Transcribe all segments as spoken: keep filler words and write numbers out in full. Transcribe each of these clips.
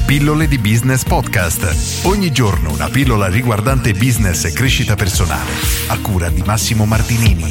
Pillole di Business Podcast. Ogni giorno una pillola riguardante business e crescita personale. A cura di Massimo Martinini.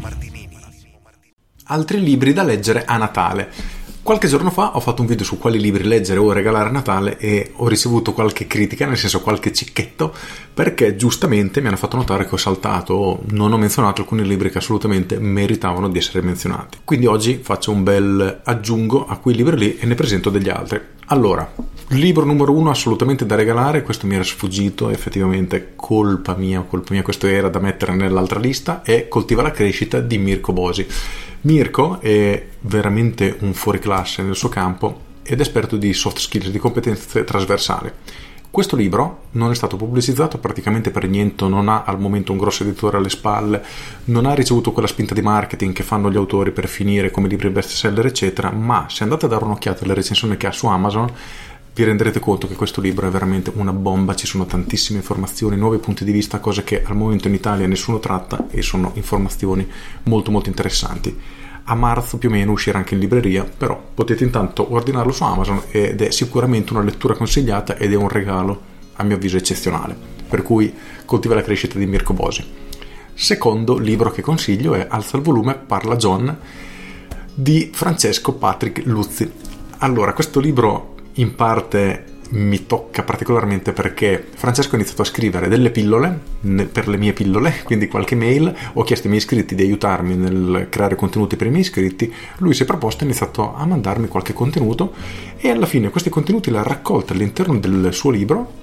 Altri libri da leggere a Natale. Qualche giorno fa ho fatto un video su quali libri leggere o regalare a Natale e ho ricevuto qualche critica, nel senso qualche cicchetto, perché giustamente mi hanno fatto notare che ho saltato o non ho menzionato alcuni libri che assolutamente meritavano di essere menzionati. Quindi oggi faccio un bel aggiungo a quei libri lì e ne presento degli altri. Allora, libro numero uno assolutamente da regalare, questo mi era sfuggito, effettivamente colpa mia, colpa mia, questo era da mettere nell'altra lista, è Coltiva la crescita di Mirko Bosi. Mirko è veramente un fuoriclasse nel suo campo ed è esperto di soft skills, di competenze trasversali. Questo libro non è stato pubblicizzato praticamente per niente, non ha al momento un grosso editore alle spalle, non ha ricevuto quella spinta di marketing che fanno gli autori per finire come libri bestseller eccetera, ma se andate a dare un'occhiata alle recensioni che ha su Amazon vi renderete conto che questo libro è veramente una bomba, ci sono tantissime informazioni, nuovi punti di vista, cose che al momento in Italia nessuno tratta e sono informazioni molto molto interessanti. A marzo più o meno uscirà anche in libreria, però potete intanto ordinarlo su Amazon ed è sicuramente una lettura consigliata ed è un regalo a mio avviso eccezionale, per cui Coltiva la crescita di Mirko Bosi. Secondo libro che consiglio è Alza il volume, parla John di Francesco Patrick Luzzi. Allora, questo libro in parte mi tocca particolarmente perché Francesco ha iniziato a scrivere delle pillole per le mie pillole, quindi qualche mail, ho chiesto ai miei iscritti di aiutarmi nel creare contenuti per i miei iscritti, lui si è proposto e ha iniziato a mandarmi qualche contenuto e alla fine questi contenuti li ha raccolti all'interno del suo libro,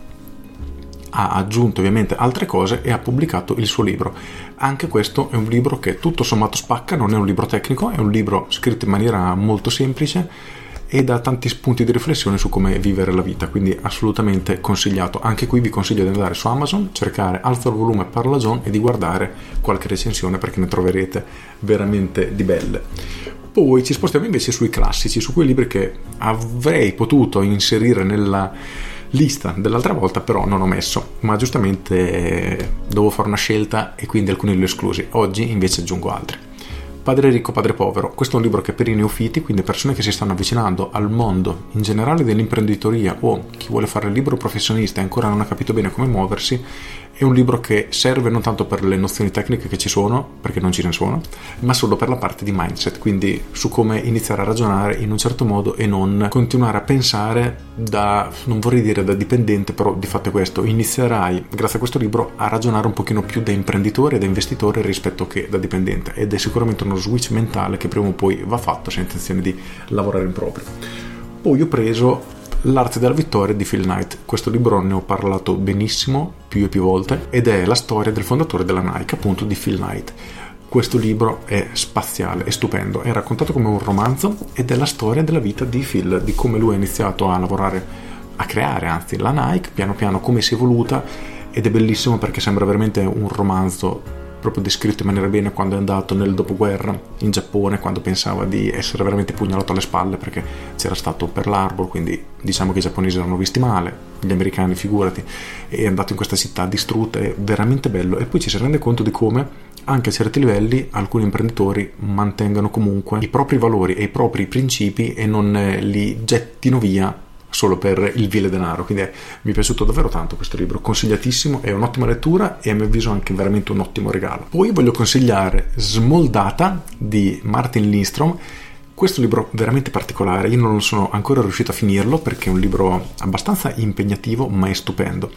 ha aggiunto ovviamente altre cose e ha pubblicato il suo libro. Anche questo è un libro che tutto sommato spacca, non è un libro tecnico, è un libro scritto in maniera molto semplice e dà tanti spunti di riflessione su come vivere la vita, quindi assolutamente consigliato. Anche qui vi consiglio di andare su Amazon, cercare Alza il volume, parla John e di guardare qualche recensione perché ne troverete veramente di belle. Poi ci spostiamo invece sui classici, su quei libri che avrei potuto inserire nella lista dell'altra volta, però non ho messo, ma giustamente dovevo fare una scelta e quindi alcuni li ho esclusi. Oggi invece aggiungo altri. Padre ricco, padre povero, questo è un libro che per i neofiti, quindi persone che si stanno avvicinando al mondo in generale dell'imprenditoria o chi vuole fare il libero professionista e ancora non ha capito bene come muoversi, è un libro che serve non tanto per le nozioni tecniche che ci sono, perché non ce ne sono, ma solo per la parte di mindset, quindi su come iniziare a ragionare in un certo modo e non continuare a pensare da, non vorrei dire da dipendente, però di fatto è questo, inizierai grazie a questo libro a ragionare un pochino più da imprenditore e da investitore rispetto che da dipendente, ed è sicuramente uno switch mentale che prima o poi va fatto se hai intenzione di lavorare in proprio. Poi ho preso L'arte della vittoria di Phil Knight. Questo libro ne ho parlato benissimo più e più volte ed è la storia del fondatore della Nike, appunto di Phil Knight. Questo libro è spaziale, è stupendo, è raccontato come un romanzo ed è la storia della vita di Phil, di come lui ha iniziato a lavorare, a creare anzi la Nike, piano piano come si è evoluta, ed è bellissimo perché sembra veramente un romanzo proprio descritto in maniera bene quando è andato nel dopoguerra in Giappone, quando pensava di essere veramente pugnalato alle spalle perché c'era stato Pearl Harbor, quindi diciamo che i giapponesi erano visti male, gli americani figurati, è andato in questa città distrutta, è veramente bello. E poi ci si rende conto di come anche a certi livelli alcuni imprenditori mantengano comunque i propri valori e i propri principi e non li gettino via solo per il vile denaro. Quindi è, mi è piaciuto davvero tanto questo libro, consigliatissimo, è un'ottima lettura e a mio avviso anche veramente un ottimo regalo. Poi voglio consigliare Small Data di Martin Lindstrom. Questo libro veramente particolare, io non sono ancora riuscito a finirlo perché è un libro abbastanza impegnativo ma è stupendo.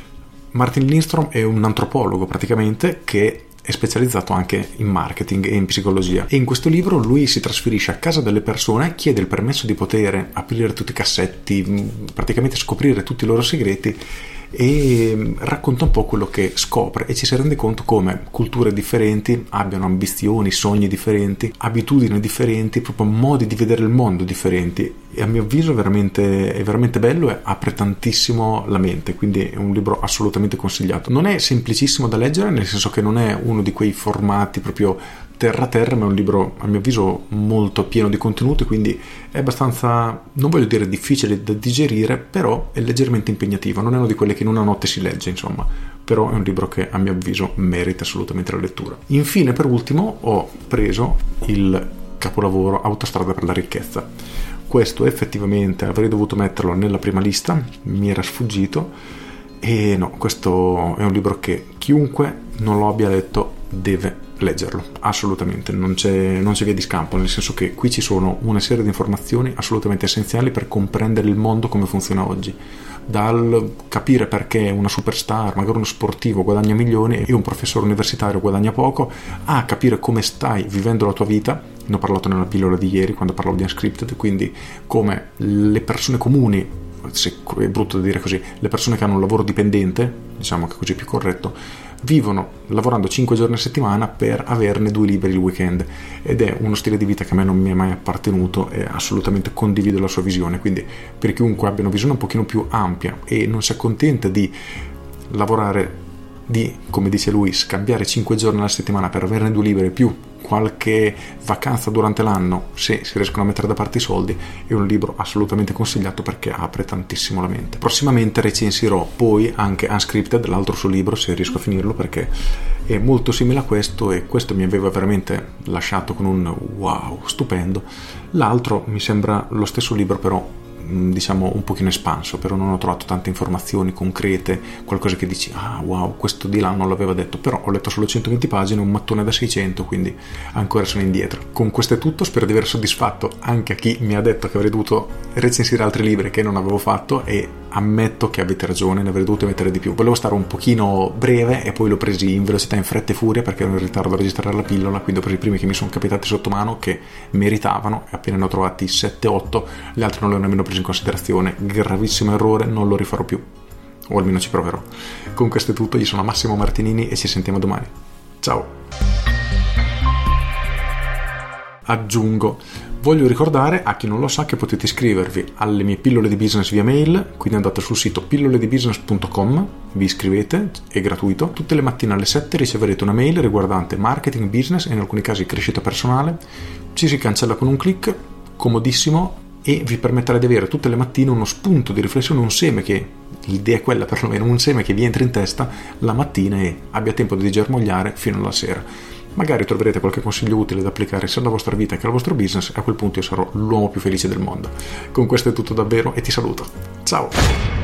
Martin Lindstrom è un antropologo praticamente che è specializzato anche in marketing e in psicologia, e in questo libro lui si trasferisce a casa delle persone, chiede il permesso di poter aprire tutti i cassetti, praticamente scoprire tutti i loro segreti, e racconta un po' quello che scopre e ci si rende conto come culture differenti abbiano ambizioni, sogni differenti, abitudini differenti, proprio modi di vedere il mondo differenti, e a mio avviso è veramente, è veramente bello e apre tantissimo la mente, quindi è un libro assolutamente consigliato. Non è semplicissimo da leggere, nel senso che non è uno di quei formati proprio terra a terra, ma è un libro a mio avviso molto pieno di contenuti, quindi è abbastanza, non voglio dire difficile da digerire, però è leggermente impegnativo, non è uno di quelle che in una notte si legge, insomma, però è un libro che a mio avviso merita assolutamente la lettura. Infine, per ultimo, ho preso il capolavoro Autostrada per la ricchezza. questo effettivamente avrei dovuto metterlo nella prima lista, mi era sfuggito, e no, questo è un libro che chiunque non lo abbia letto deve leggerlo, assolutamente, non c'è, non c'è via di scampo, nel senso che qui ci sono una serie di informazioni assolutamente essenziali per comprendere il mondo come funziona oggi, dal capire perché una superstar, magari uno sportivo, guadagna milioni e un professore universitario guadagna poco, a capire come stai vivendo la tua vita. Ne ho parlato nella pillola di ieri quando parlavo di Unscripted, quindi come le persone comuni, se è brutto da dire così, le persone che hanno un lavoro dipendente, diciamo che così è più corretto, vivono lavorando cinque giorni a settimana per averne due liberi il weekend, ed è uno stile di vita che a me non mi è mai appartenuto e assolutamente condivido la sua visione. Quindi per chiunque abbia una visione un pochino più ampia e non si accontenta di lavorare, di, come dice lui, scambiare cinque giorni alla settimana per averne due liberi più qualche vacanza durante l'anno, se si riescono a mettere da parte i soldi, è un libro assolutamente consigliato perché apre tantissimo la mente. Prossimamente recensirò poi anche Unscripted, l'altro suo libro, se riesco a finirlo, perché è molto simile a questo e questo mi aveva veramente lasciato con un wow stupendo. L'altro mi sembra lo stesso libro, però diciamo un pochino espanso, però non ho trovato tante informazioni concrete, qualcosa che dici ah wow, questo di là non l'aveva detto, però ho letto solo centoventi pagine, un mattone da seicento, quindi ancora sono indietro. Con questo è tutto, spero di aver soddisfatto anche a chi mi ha detto che avrei dovuto recensire altri libri che non avevo fatto, e ammetto che avete ragione, ne avrei dovuto mettere di più. Volevo stare un pochino breve e poi l'ho presi in velocità, in fretta e furia, perché ero in ritardo a registrare la pillola, quindi ho preso i primi che mi sono capitati sotto mano, che meritavano, e appena ne ho trovati sette otto, gli altri non li ho nemmeno presi in considerazione. Gravissimo errore, non lo rifarò più, o almeno ci proverò. Con questo è tutto, io sono Massimo Martinini e ci sentiamo domani. Ciao. Aggiungo, voglio ricordare a chi non lo sa che potete iscrivervi alle mie pillole di business via mail, quindi andate sul sito pillole di business punto com, vi iscrivete, è gratuito, tutte le mattine alle sette riceverete una mail riguardante marketing, business e in alcuni casi crescita personale. Ci si cancella con un click, comodissimo, e vi permetterà di avere tutte le mattine uno spunto di riflessione, un seme che, l'idea è quella perlomeno, un seme che vi entra in testa la mattina e abbia tempo di germogliare fino alla sera. Magari troverete qualche consiglio utile da applicare sia alla vostra vita che al vostro business, e a quel punto io sarò l'uomo più felice del mondo. Con questo è tutto davvero e ti saluto. Ciao!